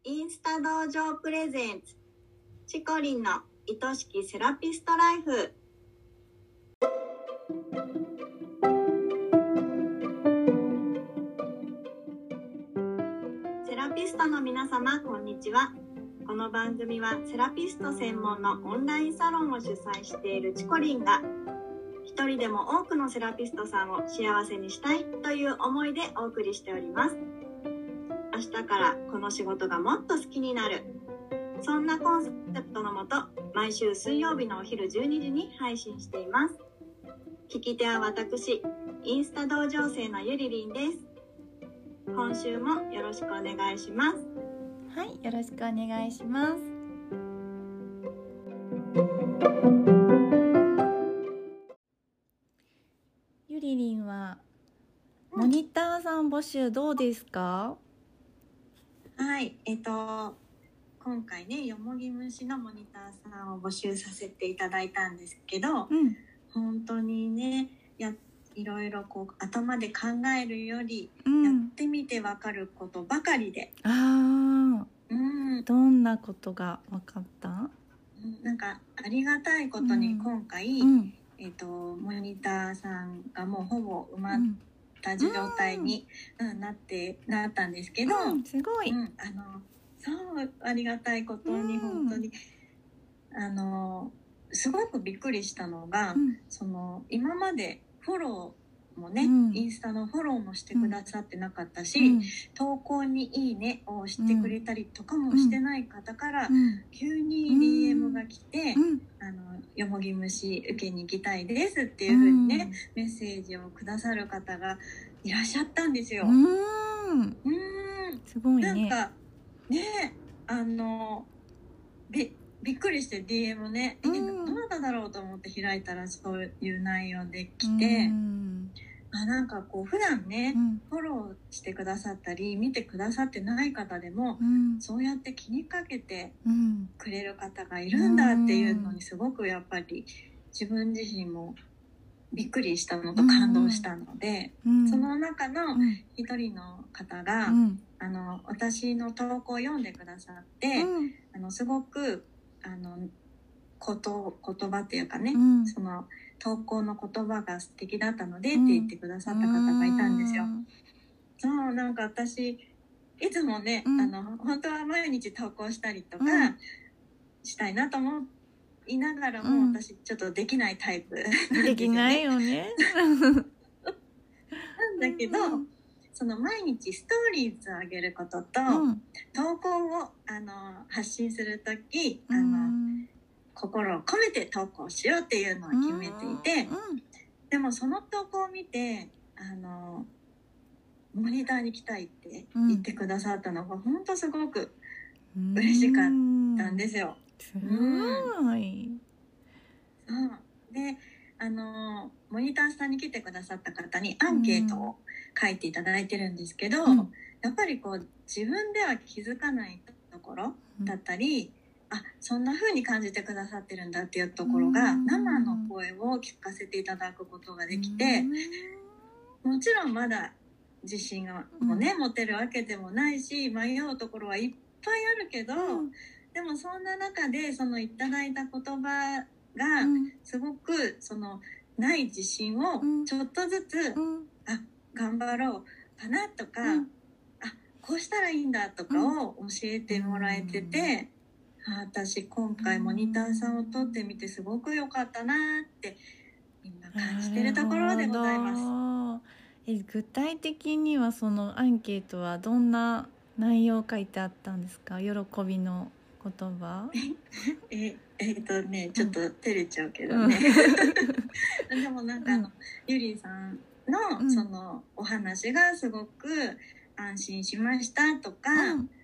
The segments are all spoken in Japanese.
インスタ道場プレゼンツチコリンの愛しきセラピストライフ。セラピストの皆様、こんにちは。この番組はセラピスト専門のオンラインサロンを主催しているチコリンが一人でも多くのセラピストさんを幸せにしたいという思いでお送りしております。明日からこの仕事がもっと好きになる、そんなコンセプトのもと毎週水曜日のお昼12時に配信しています。聞き手は私、インスタ道場生のゆりりんです。今週もよろしくお願いします。 はい、よろしくお願いします。ゆりりんはモニターさん募集どうですか？ はい、今回ね、よもぎ虫のモニターさんを募集させていただいたんですけど、本当にね、いろいろこう頭で考えるより、やってみてわかることばかりで、 どんなことが分かった？ なんかありがたいことに今回、モニターさんがもうほぼ埋まった状態に、なったんですけど、 すごい、 そうありがたいことに本当に、すごくびっくりしたのが、その今までフォローもね、インスタのフォローもしてくださってなかったし、投稿にいいねをしてくれたりとかもしてない方から、急に DM が来て、よもぎ虫受けに行きたいですっていう風にね、メッセージをくださる方がいらっしゃったんですよ。 すごいね。 なんかね、びっくりして DM ね、どなただろうと思って開いたらそういう内容で来て、なんかこう普段ね、フォローしてくださったり見てくださってない方でも、そうやって気にかけてくれる方がいるんだっていうのにすごくやっぱり自分自身もびっくりしたのと感動したので、その中の一人の方が、私の投稿を読んでくださって、すごく言葉っていうかね、その投稿の言葉が素敵だったのでって言ってくださった方がいたんですよ。そう、なんか私いつもね、本当は毎日投稿したりとかしたいなと思いながらも、私ちょっとできないタイプできないよねなんだけど、その毎日ストーリーズを上げることと、投稿を発信するとき、心を込めて投稿しようっていうのを決めていて、でもその投稿を見てモニターに来たいって言ってくださったのが本当すごく嬉しかったんですよ。 すごい。 そうで、モニターさんに来てくださった方にアンケートを書いていただいてるんですけど、やっぱりこう自分では気づかないところだったり、そんな風に感じてくださってるんだっていうところが、生の声を聞かせていただくことができて、もちろんまだ自信がもね、持てるわけでもないし、迷うところはいっぱいあるけど、でもそんな中でそのいただいた言葉がすごくそのない自信をちょっとずつ、頑張ろうかなとか、こうしたらいいんだとかを教えてもらえてて、私今回モニターさんを撮ってみてすごく良かったなって今感じてるところでございます。 具体的にはそのアンケートはどんな内容書いてあったんですか？喜びの言葉ちょっと照れちゃうけどね、でもなんかゆりさんのそのお話がすごく安心しましたとか、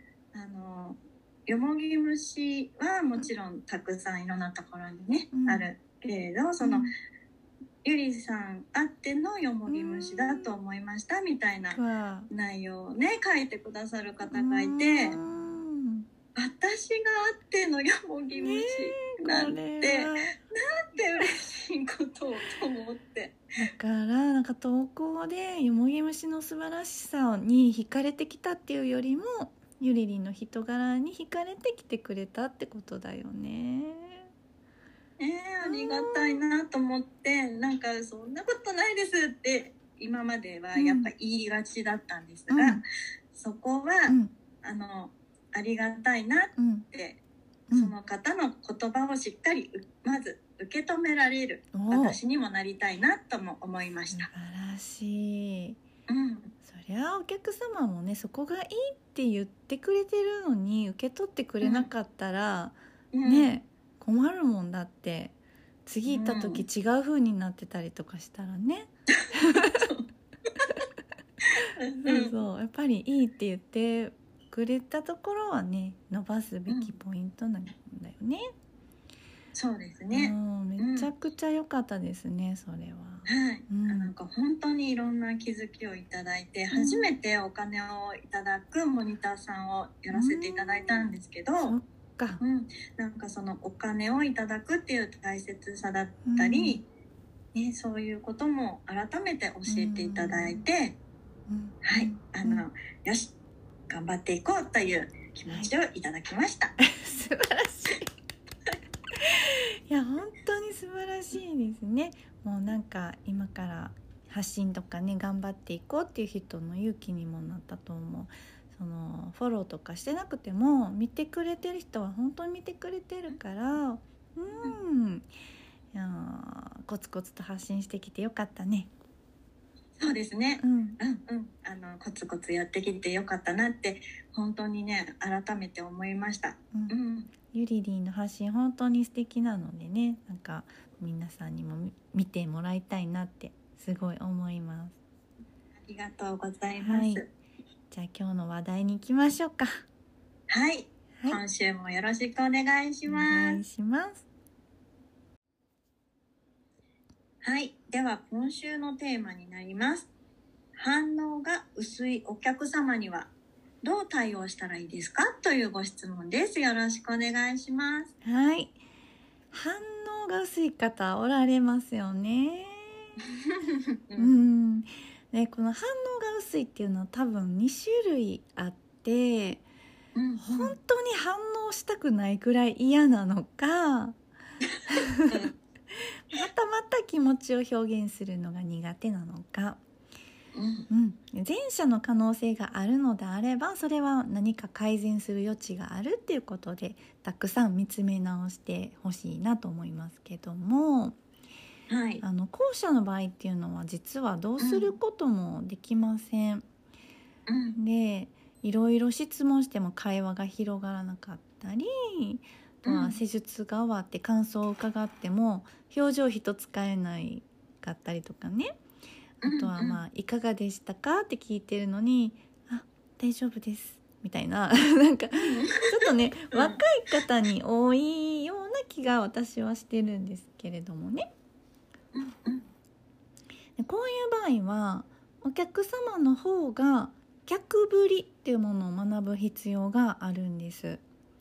よもぎ虫はもちろんたくさんいろんなところにね、あるけれど、そのゆりさんあってのよもぎ虫だと思いましたみたいな内容をね書いてくださる方がいて、私があってのよもぎ虫なんて、なんて嬉しいことをと思って、 だからなんか投稿でよもぎ虫の素晴らしさに惹かれてきたっていうよりも、 ゆりりんの人柄に惹かれて来てくれたってことだよね。 ありがたいなと思って、なんかそんなことないですって今まではやっぱ言いがちだったんですが、そこは、ありがたいなって、その方の言葉をしっかりまず受け止められる私にもなりたいなとも思いました。 素晴らしい。そりゃお客様もね、そこがいいって言ってくれてるのに受け取ってくれなかったら、ね困るもんだって。次行った時違う風になってたりとかしたらねそうやっぱりいいって言ってくれたところはね伸ばすべきポイントなんだよね。 そうですね。 めちゃくちゃ良かったですね、それは。 はい、なんか本当にいろんな気づきをいただいて、初めてお金をいただくモニターさんをやらせていただいたんですけど、なんかそのお金をいただくっていう大切さだったり、そういうことも改めて教えていただいて、はい、よし頑張っていこうという気持ちをいただきました。 素晴らしいいや本当に素晴らしいですね。もうなんか今から発信とかね頑張っていこうっていう人の勇気にもなったと思う。そのフォローとかしてなくても見てくれてる人は本当に見てくれてるから、いやコツコツと発信してきてよかったね。 そうですね、コツコツやってきてよかったなって本当にね改めて思いました。 ゆりりんの発信本当に素敵なのでね、なんか皆さんにも見てもらいたいなってすごい思います。 ありがとうございます。 じゃあ今日の話題に行きましょうか。 はい、今週もよろしくお願いします。お願いします。はい、では今週のテーマになります。反応が薄いお客様にはどう対応したらいいですかというご質問です。よろしくお願いします。 はい、反応が薄い方おられますよねでこの反応が薄いっていうのは多分2種類あって、本当に反応したくないくらい嫌なのかまたまた気持ちを表現するのが苦手なのか、前者の可能性があるのであればそれは何か改善する余地があるっていうことでたくさん見つめ直してほしいなと思いますけども、後者の場合っていうのは実はどうすることもできません。でいろいろ質問しても会話が広がらなかったり、あとは施術が終わって感想を伺っても表情一つ変えないかったりとかね、あとはいかがでしたかって聞いてるのに大丈夫ですみたいななんかちょっとね若い方に多いような気が私はしてるんですけれどもね、こういう場合はお客様の方が客ぶりっていうものを学ぶ必要があるんです。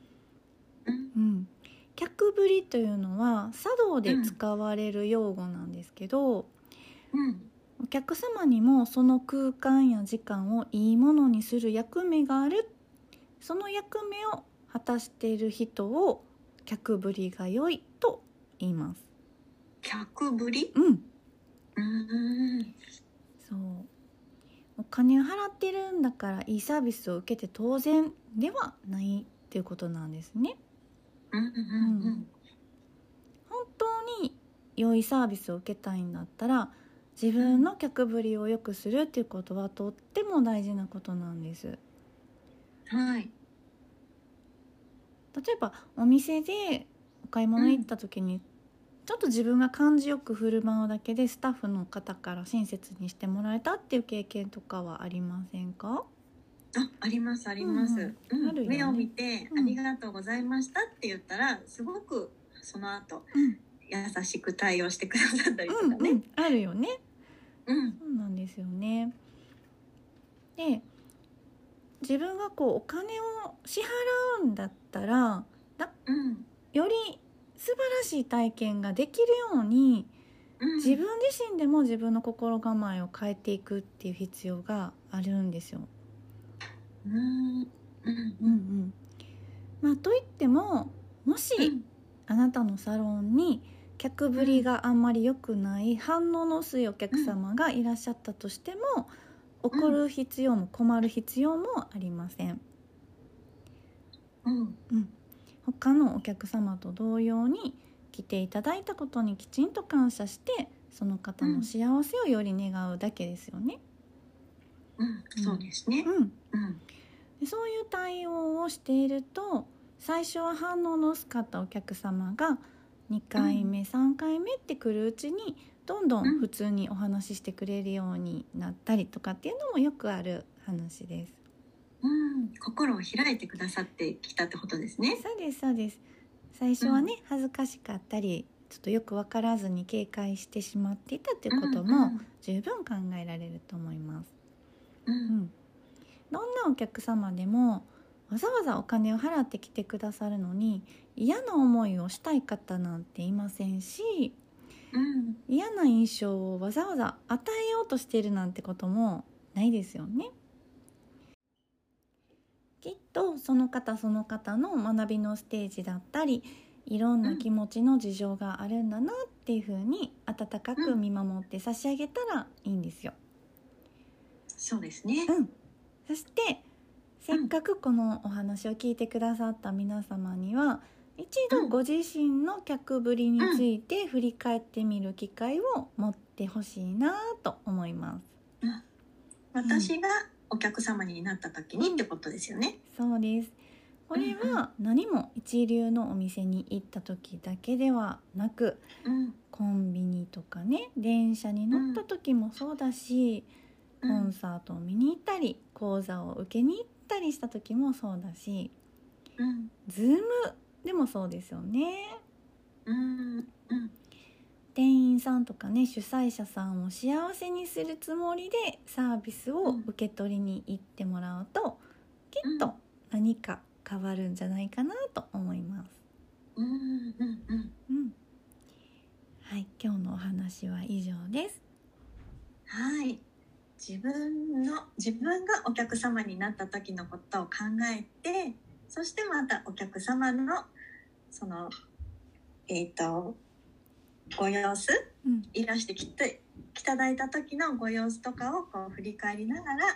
客ぶりというのは茶道で使われる用語なんですけど、お客様にもその空間や時間をいいものにする役目がある、その役目を果たしている人を客ぶりが良いと言います。 客ぶり？ そう、お金を払ってるんだからいいサービスを受けて当然ではないっていうことなんですね。本当に良いサービスを受けたいんだったら自分の客ぶりを良くするっていうことはとっても大事なことなんです。例えばお店でお買い物に行った時に、ちょっと自分が感じよく振る舞うだけでスタッフの方から親切にしてもらえたっていう経験とかはありませんか？ ありますあります、目を見て、ありがとうございましたって言ったらすごくその後、優しく対応してくださったりとかね、あるよね。そうなんですよね。 で自分がお金を支払うんだったらより素晴らしい体験ができるように、自分自身でも自分の心構えを変えていくっていう必要があるんですよ。 といっても、もしあなたのサロンに客ぶりがあんまり良くない反応の薄いお客様がいらっしゃったとしても、怒る必要も困る必要もありません。他のお客様と同様に来ていただいたことにきちんと感謝して、その方の幸せをより願うだけですよね。 そうですね。 でそういう対応をしていると、最初は反応の薄かったお客様が2回目、3回目ってくるうちにどんどん普通にお話ししてくれるようになったりとかっていうのもよくある話です。 心を開いてくださってきたってことですね。 そうですそうです。最初はね、恥ずかしかったりちょっとよく分からずに警戒してしまっていたっていうことも十分考えられると思います。どんなお客様でもわざわざお金を払ってきてくださるのに嫌な思いをしたい方なんていませんし、嫌な印象をわざわざ与えようとしているなんてこともないですよね。きっとその方その方の学びのステージだったり、いろんな気持ちの事情があるんだなっていうふうに温かく見守って差し上げたらいいんですよ。 そうですね。 そしてせっかくこのお話を聞いてくださった皆様には、一度ご自身の客ぶりについて振り返ってみる機会を持ってほしいなと思います。 私がお客様になった時にってことですよね。 そうです。これは何も一流のお店に行った時だけではなく、コンビニとかね、電車に乗った時もそうだし、コンサートを見に行ったり講座を受けに行ったりした時もそうだし、ズームでもそうですよね。店員さんとかね、主催者さんを幸せにするつもりでサービスを受け取りに行ってもらうと、きっと何か変わるんじゃないかなと思います。はい、今日のお話は以上です。 はい、自分がお客様になった時のことを考えて、そしてまたお客様のそのご様子、いらしてきていただいた時のご様子とかをこう振り返りながら、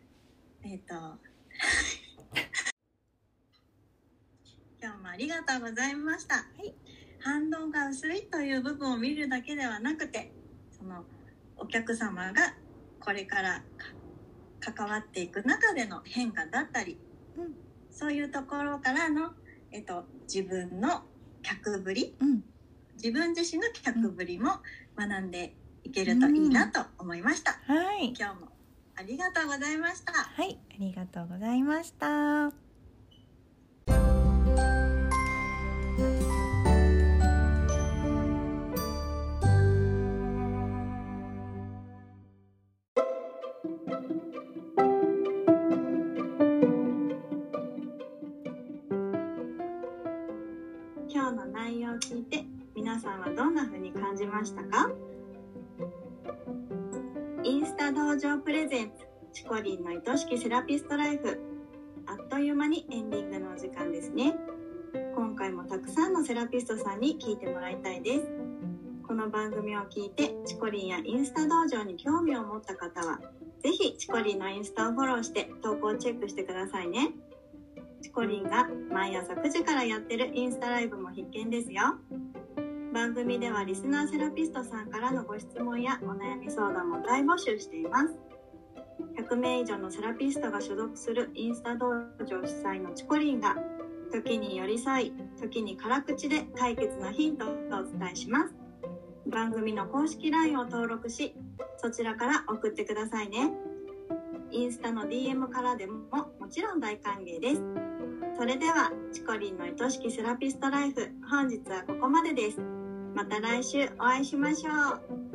今日もありがとうございました。反応が薄いという部分を見るだけではなくて、そのお客様がこれから関わっていく中での変化だったり、そういうところからの、自分の客ぶり、自分自身の客ぶりも学んでいけるといいなと思いました。今日もありがとうございました。 はい、ありがとうございました。 今日の内容を聞いて皆さんはどんな風に感じましたか？インスタ道場プレゼンツチコリンの愛しきセラピストライフ、あっという間にエンディングのお時間ですね。今回もたくさんのセラピストさんに聞いてもらいたいです。この番組を聞いてチコリンやインスタ道場に興味を持った方は、ぜひチコリンのインスタをフォローして投稿をチェックしてくださいね。チコリンが毎朝9時からやってるインスタライブも必見ですよ。番組ではリスナーセラピストさんからのご質問やお悩み相談も大募集しています。100名以上のセラピストが所属するインスタ道場主催のチコリンが、時に寄り添い、時に辛口で解決のヒントをお伝えします。番組の公式 LINE を登録し、そちらから送ってくださいね。インスタの DM からでももちろん大歓迎です。それではチコリンの愛しきセラピストライフ、本日はここまでです。また来週お会いしましょう。